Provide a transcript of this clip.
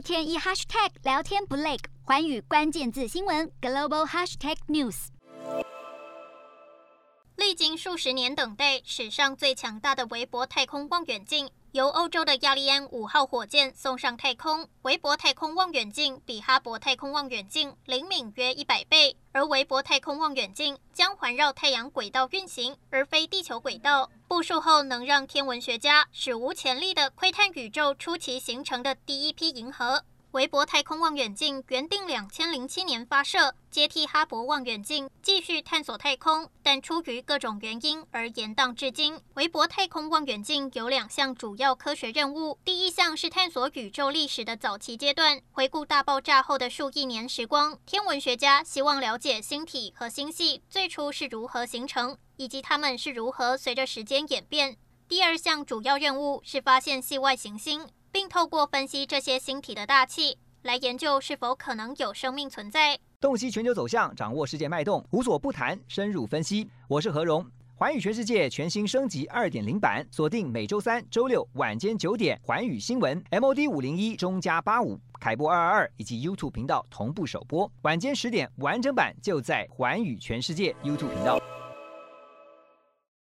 天一 hashtag 聊天不累，寰宇关键字新闻 global hashtag news。 历经数十年等待，史上最强大的微波太空望远镜由欧洲的亚利安5号火箭送上太空。微波太空望远镜比哈勃太空望远镜灵敏约100倍，而微波太空望远镜将环绕太阳轨道运行，而非地球轨道。部署后能让天文学家史无前例地窥探宇宙初期形成的第一批银河。微波太空望远镜原定2007年发射，接替哈勃望远镜继续探索太空，但出于各种原因而延宕至今。微波太空望远镜有2项主要科学任务，第一项是探索宇宙历史的早期阶段，回顾大爆炸后的数亿年时光。天文学家希望了解星体和星系最初是如何形成，以及它们是如何随着时间演变。第2项主要任务是发现系外行星，并透过分析这些星体的大气，来研究是否可能有生命存在。 洞悉全球走向，掌握世界脉动，无所不谈，深入分析。我是何荣。寰宇全世界全新升级2.0版，锁定每周3、周6晚间9点，寰宇新闻 MOD 501中加85凯播222以及 YouTube 频道同步首播。晚间10点完整版就在寰宇全世界 YouTube 频道。